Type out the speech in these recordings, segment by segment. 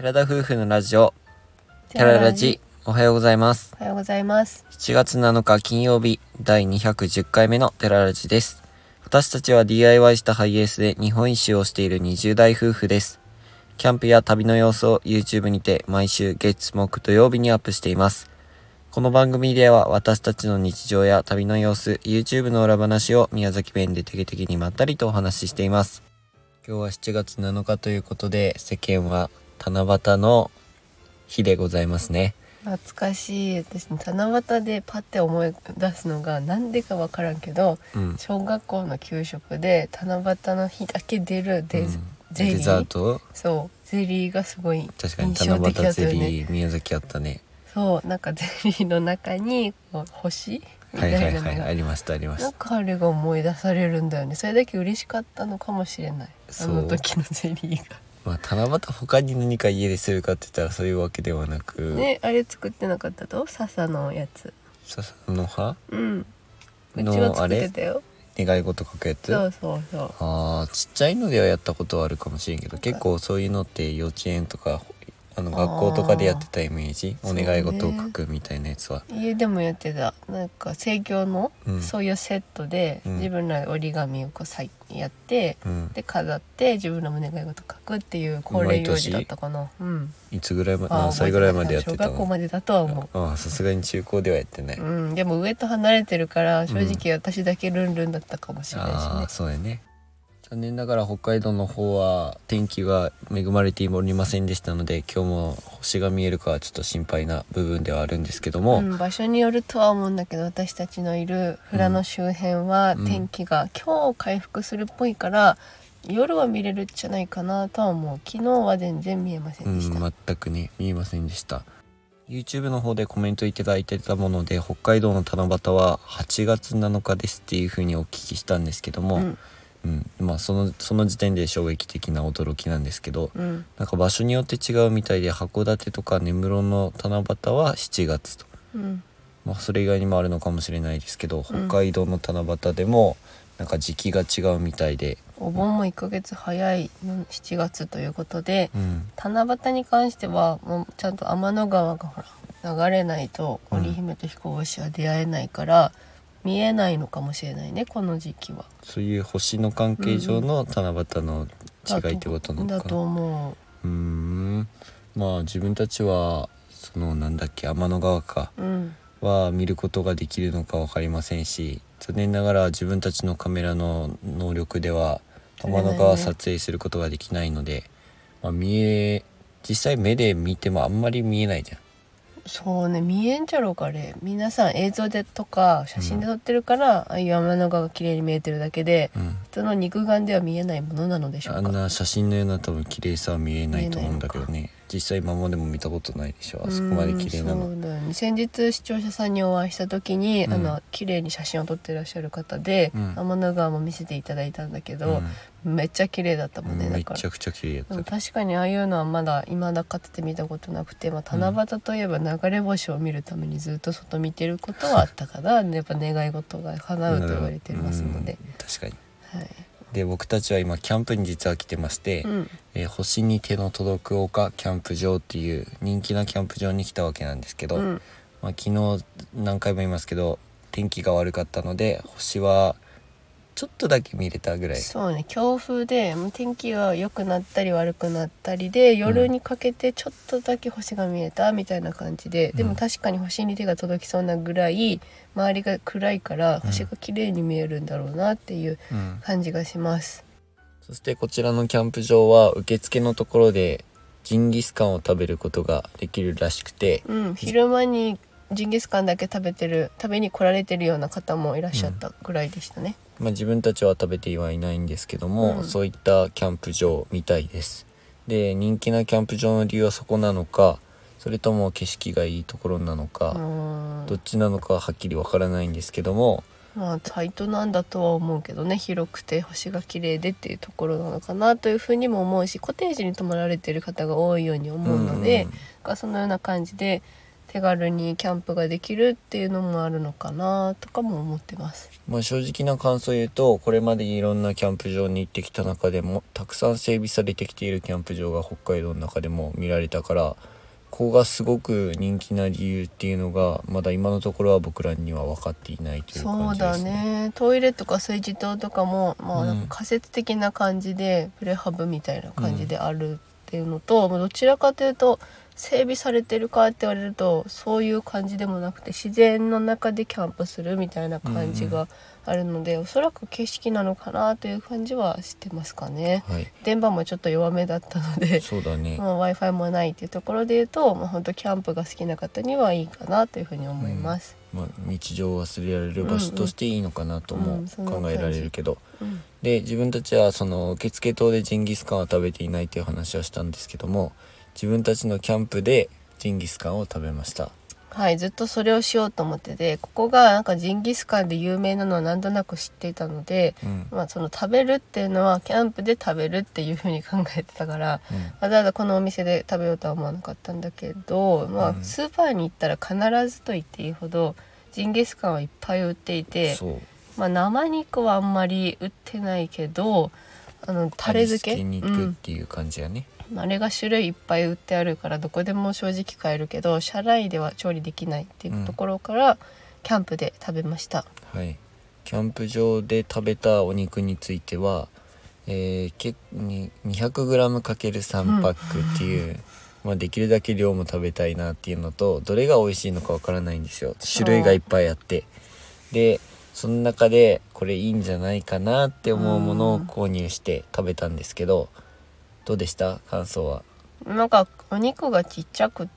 寺田夫婦のラジオテララジ。おはようございます。 おはようございます。 7月7日金曜日第210回目のテララジです。私たちは DIY したハイエースで日本一周をしている20代夫婦です。キャンプや旅の様子を YouTube にて毎週月木土曜日にアップしています。この番組では私たちの日常や旅の様子、YouTube の裏話を宮崎弁でテケテケにまったりとお話ししています。今日は7月7日ということで、世間は七夕の日でございますね。 懐かしい。私七夕でパッて思い出すのがなんでかわからんけど、小学校の給食で七夕の日だけ出るゼリー、 デザート、 そうゼリーがすごい確かに印象的だ七夕ったよね。 ゼリー宮崎あったね。 そうなんかゼリーの中に星みたいなのがありましたありました。 なんかあれが思い出されるんだよね。それだけ嬉しかったのかもしれない、あの時のゼリーが。 七夕他に何か家でするかって言ったらそういうわけではなくね、あれ作ってなかったと笹のやつ。 笹の葉うちは作ってたよ。 願い事書くやつ。 そうちっちゃいのではやったことはあるかもしれんけど、結構そういうのって幼稚園とか学校とかでやってたイメージ。お願い事を書くみたいなやつは家でもやってた。なんか生協の、そういうセットで、自分ら折り紙をこうやって、で飾って自分らも願い事書くっていう恒例行事だったかな。 いつぐらい何歳ぐらいまでやってたの？ 小学校までだとは思う。 さすがに中高ではやってない。 でも上と離れてるから正直私だけルンルンだったかもしれないしね。 そうやね。残念ながら北海道の方は天気が恵まれておりませんでしたので、今日も星が見えるかはちょっと心配な部分ではあるんですけども、 場所によるとは思うんだけど、私たちのいる富良野周辺は天気が今日回復するっぽいから、夜は見れるんじゃないかなとは思う。昨日は全然見えませんでした。 全くね見えませんでした。 YouTube の方でコメントいただいてたもので、北海道の七夕は8月7日ですっていう風にお聞きしたんですけども、その時点で衝撃的な驚きなんですけど、なんか場所によって違うみたいで、函館とか根室の七夕は7月と、それ以外にもあるのかもしれないですけど、北海道の七夕でもなんか時期が違うみたいで、 お盆も1ヶ月早い7月ということで、七夕に関してはもうちゃんと天の川が流れないと織姫と彦星は出会えないから、見えないのかもしれないね、この時期は。 そういう星の関係上の七夕の違いってことなのかな。 だと思う。 自分たちはその天の川か、は見ることができるのか分かりませんし、残念ながら自分たちのカメラの能力では天の川撮影することができないので、実際目で見てもあんまり見えないじゃん。 そうね、見えんじゃろうかね。皆さん映像でとか写真で撮ってるから、ああいう天の川が綺麗に見えてるだけで、普通の肉眼では見えないものなのでしょうか。 あんな写真のような多分綺麗さは見えないと思うんだけどね。実際今までも見たことないでしょ、あそこまで綺麗なの。 そうだよね。先日視聴者さんにお会いした時に、綺麗に写真を撮ってらっしゃる方で、天の川も見せていただいたんだけど、めっちゃ綺麗だったもんね。 めちゃくちゃ綺麗だった。 確かにああいうのはまだ未だかつて見たことなくて、七夕といえば流れ星を見るためにずっと外見てることはあったから、やっぱ願い事が叶うと言われてますので。 確かに。で僕たちは今キャンプに実は来てまして、星に手の届く丘キャンプ場っていう人気なキャンプ場に来たわけなんですけど、昨日何回も言いますけど天気が悪かったので星はちょっとだけ見れたぐらい。 そうね、強風で天気が良くなったり悪くなったりで、夜にかけてちょっとだけ星が見えたみたいな感じで、でも確かに星に手が届きそうなぐらい周りが暗いから星が綺麗に見えるんだろうなっていう感じがします。 そしてこちらのキャンプ場は受付のところでジンギスカンを食べることができるらしくて、 昼間にジンギスカンだけ食べに来られてるような方もいらっしゃったぐらいでしたね。 自分たちは食べてはいないんですけども、そういったキャンプ場みたいです。で人気なキャンプ場の理由はそこなのか、それとも景色がいいところなのか、どっちなのかははっきりわからないんですけども、 サイトなんだとは思うけどね、広くて星が綺麗でっていうところなのかなというふうにも思うし、コテージに泊まられてる方が多いように思うので、そのような感じで手軽にキャンプができるっていうのもあるのかなとかも思ってます。 正直な感想を言うと、これまでいろんなキャンプ場に行ってきた中でもたくさん整備されてきているキャンプ場が北海道の中でも見られたから、ここがすごく人気な理由っていうのがまだ今のところは僕らには分かっていないという感じですね。 そうだね。トイレとか水自棟とかも、なんか仮設的な感じで、プレハブみたいな感じであるっていうのと、どちらかというと整備されてるかって言われるとそういう感じでもなくて、自然の中でキャンプするみたいな感じがあるので、おそらく景色なのかなという感じはしてますかね。 はい、 電波もちょっと弱めだったので、 そうだね。 Wi-Fi もないっていうところで言うと、本当キャンプが好きな方にはいいかなというふうに思います。 日常を忘れられる場所としていいのかなとも考えられるけど、で自分たちはその受付棟でジンギスカンは食べていないという話をしたんですけども、自分たちのキャンプでジンギスカンを食べました。 はい、ずっとそれをしようと思ってて、ここがなんかジンギスカンで有名なのはなんとなく知っていたので、その食べるっていうのはキャンプで食べるっていう風に考えてたから、わざわざこのお店で食べようとは思わなかったんだけど、スーパーに行ったら必ずと言っていいほどジンギスカンはいっぱい売っていて、生肉はあんまり売ってないけど、タレ漬け味付け肉っていう感じやね。 あれが種類いっぱい売ってあるからどこでも正直買えるけど、車内では調理できないっていうところから、キャンプで食べました。 はい、キャンプ場で食べたお肉については、200g×3 パックっていう、できるだけ量も食べたいなっていうのと、どれが美味しいのかわからないんですよ。種類がいっぱいあって、でその中でこれいいんじゃないかなって思うものを購入して食べたんですけど、どうでした感想は？ なんかお肉がちっちゃくって、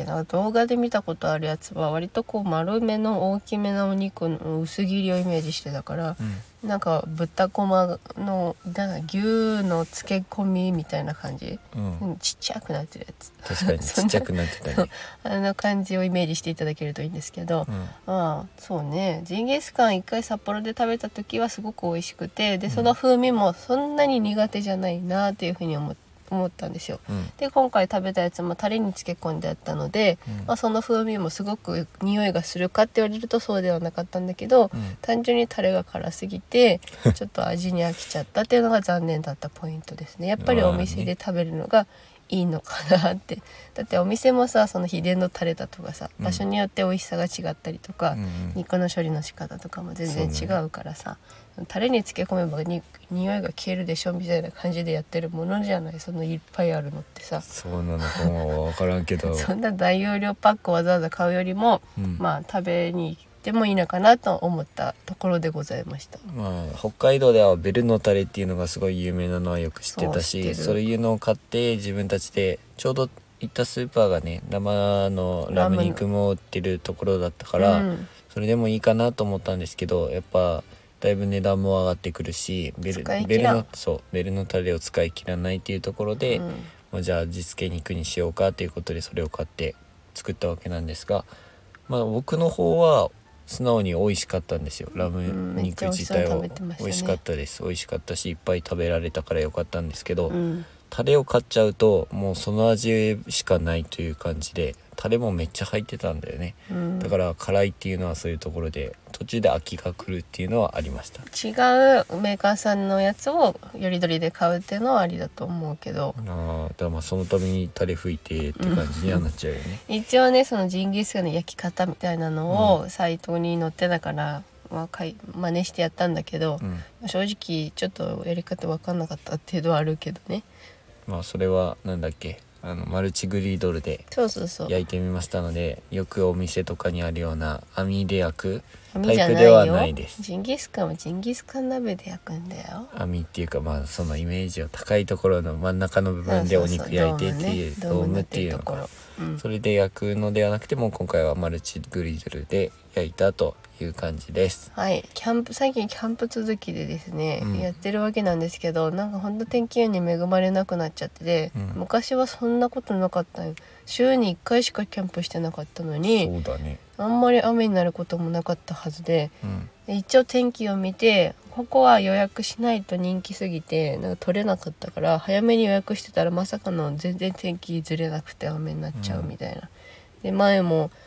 なんか動画で見たことあるやつは割とこう丸めの大きめのお肉の薄切りをイメージしてたから、なんか豚こまの牛の漬け込みみたいな感じ、ちっちゃくなってるやつ、 確かにちっちゃくなってたねあの感じをイメージしていただけるといいんですけど、そうね、ジンギスカン一回札幌で食べた時はすごく美味しくて、でその風味もそんなに苦手じゃないなっていうふうに思ったんですよ。で今回食べたやつもタレに漬け込んであったので、その風味もすごく匂いがするかって言われるとそうではなかったんだけど、単純にタレが辛すぎてちょっと味に飽きちゃったっていうのが残念だったポイントですね。やっぱりお店で食べるのがいいのかなって。だってお店もさ、その秘伝のタレだとかさ、場所によって美味しさが違ったりとか、肉の処理の仕方とかも全然違うからさ、タレに漬け込めば匂いが消えるでしょみたいな感じでやってるものじゃない、そのいっぱいあるのってさ。 そうなのかも分からんけどそんな大容量パックをわざわざ買うよりも、食べに行ってもいいのかなと思ったところでございました。 北海道ではベルのタレっていうのがすごい有名なのはよく知ってたし、そういうのを買って自分たちでちょうど行ったスーパーがね、生のラム肉も売ってるところだったから、それでもいいかなと思ったんですけど、やっぱだいぶ値段も上がってくるし、ベルのタレを使い切らないっていうところで、じゃあ味付け肉にしようかということでそれを買って作ったわけなんですが、僕の方は素直に美味しかったんですよ。ラム肉自体は美味しかったです。美味しかったし、いっぱい食べられたからよかったんですけど、タレを買っちゃうともうその味しかないという感じで、タレもめっちゃ入ってたんだよね、だから辛いっていうのはそういうところで途中で飽きが来るっていうのはありました。 違うメーカーさんのやつをよりどりで買うっていうのはありだと思うけど、 だからそのためにタレ拭いてって感じにはなっちゃうよね。 一応ね、そのジンギスカンの焼き方みたいなのをサイトに載ってたから、真似してやったんだけど、正直ちょっとやり方分かんなかったっていうのはあるけどね。 それはなんだっけ、マルチグリドルで焼いてみましたので、よくお店とかにあるような網で焼くタイプではないです。 ジンギスカンはジンギスカン鍋で焼くんだよ。 網っていうか、そのイメージを高いところの真ん中の部分でお肉焼いてっていうドームっていうのか、それで焼くのではなくても今回はマルチグリドルで焼いたという感じです。 はい、最近キャンプ続きでですね、やってるわけなんですけど、なんかほんと天気に恵まれなくなっちゃってて、昔はそんなことなかったよ。週に1回しかキャンプしてなかったのに、 そうだね、 あんまり雨になることもなかったはずで、一応天気を見て、ここは予約しないと人気すぎてなんか取れなかったから早めに予約してたら、まさかの全然天気ずれなくて雨になっちゃうみたいな、で前も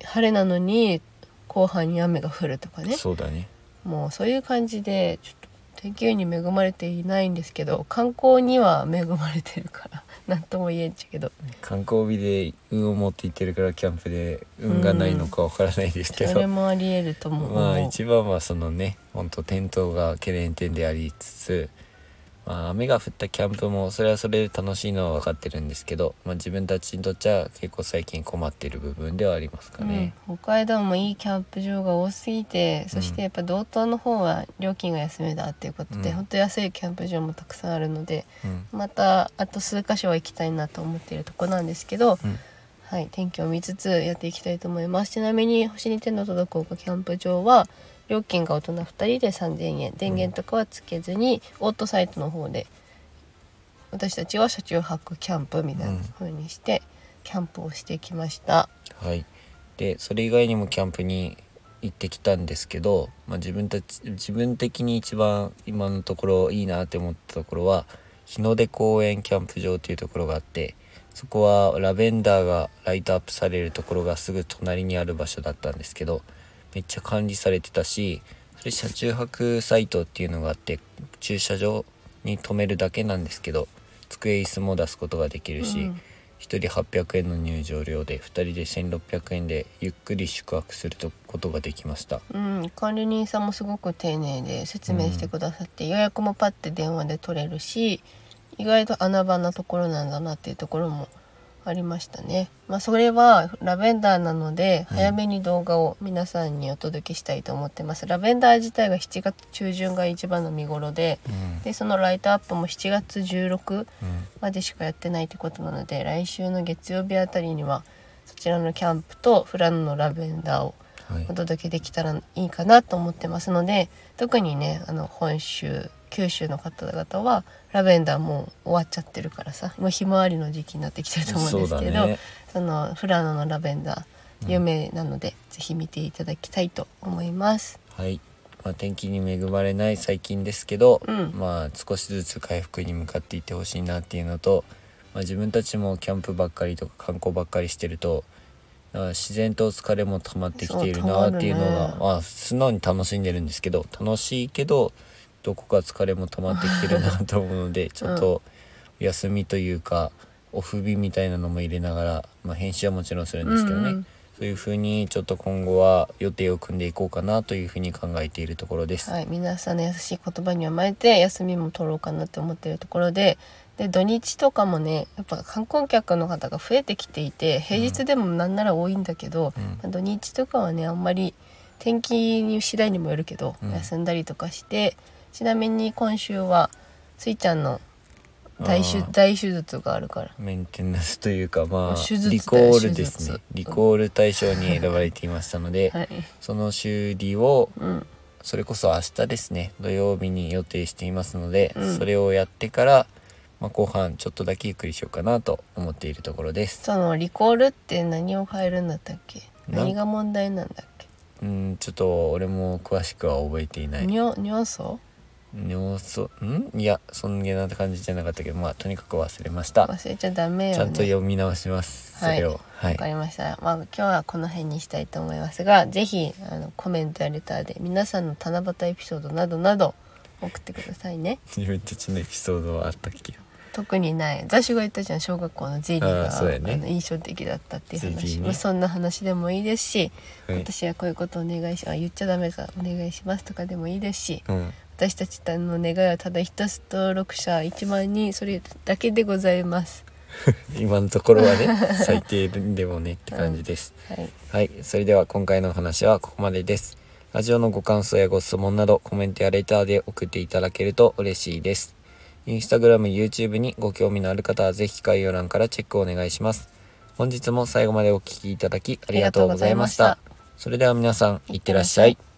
晴れなのに後半に雨が降るとかね、 そうだね。 もうそういう感じでちょっと天気に恵まれていないんですけど、観光には恵まれてるからなんとも言えんちゃけど、 観光日で運を持って行ってるからキャンプで運がないのかわからないですけど、 それもありえると思う。 まあ一番はそのね、本当転倒が懸念点でありつつ、まあ、雨が降ったキャンプもそれはそれで楽しいのは分かってるんですけど、まあ、自分たちにとっちゃ結構最近困っている部分ではありますかね。 北海道もいいキャンプ場が多すぎて、そしてやっぱ道東の方は料金が安めだっていうことで、本当安いキャンプ場もたくさんあるので、またあと数箇所は行きたいなと思っているとこなんですけど、はい、天気を見つつやっていきたいと思います。ちなみに星に天の届く丘キャンプ場は料金が大人2人で3000円、電源とかはつけずに、オートサイトの方で私たちは車中泊キャンプみたいな風にしてキャンプをしてきました。 はい。でそれ以外にもキャンプに行ってきたんですけど、まあ、自分的に一番今のところいいなって思ったところは日の出公園キャンプ場っていうところがあって、そこはラベンダーがライトアップされるところがすぐ隣にある場所だったんですけど、めっちゃ管理されてたし、それ車中泊サイトっていうのがあって、駐車場に止めるだけなんですけど机椅子も出すことができるし、1人800円の入場料で2人で1600円でゆっくり宿泊することができました。 管理人さんもすごく丁寧で説明してくださって、予約もパッて電話で取れるし、意外と穴場なところなんだなっていうところもありましたね。それはラベンダーなので早めに動画を皆さんにお届けしたいと思ってます。ラベンダー自体が7月中旬が一番の見頃で、でそのライトアップも7月16までしかやってないってことなので、来週の月曜日あたりにはそちらのキャンプと富良野のラベンダーをお届けできたらいいかなと思ってますので、特にね本州九州の方々はラベンダーもう終わっちゃってるからさ、今ひまわりの時期になってきてると思うんですけど、その富良野のラベンダー有名なので、ぜひ見ていただきたいと思います。 はい。天気に恵まれない最近ですけど、少しずつ回復に向かっていってほしいなっていうのと、自分たちもキャンプばっかりとか観光ばっかりしてると自然と疲れも溜まってきているなっていうのが、素直に楽しんでるんですけど、楽しいけどどこか疲れも溜まってきてるなと思うのでちょっとお休みというかオフ日みたいなのも入れながら、編集はもちろんするんですけどね、そういう風にちょっと今後は予定を組んでいこうかなという風に考えているところです。 はい、皆さんの優しい言葉に甘えて休みも取ろうかなって思っているところで、土日とかもねやっぱ観光客の方が増えてきていて、平日でもなんなら多いんだけど、土日とかはねあんまり天気に次第にもよるけど、休んだりとかして、ちなみに今週はスイちゃんの大手術があるから、 メンテナンスというかリコールですね。リコール対象に選ばれていましたので、その修理を、それこそ明日ですね、土曜日に予定していますので、それをやってから後半ちょっとだけゆっくりしようかなと思っているところです。 そのリコールって何を変えるんだったっけ？何が問題なんだっけ？ ちょっと俺も詳しくは覚えていない。 尿素いやそんな感じじゃなかったけど、とにかく忘れました。 忘れちゃダメよね。 ちゃんと読み直します、それを。 わかりました。今日はこの辺にしたいと思いますが、ぜひコメントやレターで皆さんの七夕エピソードなどなど送ってくださいね。 自分たちのエピソードはあったっけ？ 特にない。雑誌が言ったじゃん、小学校のゼリーが、印象的だったっていう話、そんな話でもいいですし、私はこういうことをお願いし言っちゃダメかお願いしますとかでもいいですし、私たちの願いはただ一つ、登録者1万人、それだけでございます今のところはね最低でもねって感じです、はい、それでは今回の話はここまでです。ラジオのご感想やご質問などコメントやレターで送っていただけると嬉しいです。インスタグラム、YouTube にご興味のある方はぜひ概要欄からチェックお願いします。本日も最後までお聞きいただきありがとうございました。それでは皆さん、いってらっしゃい。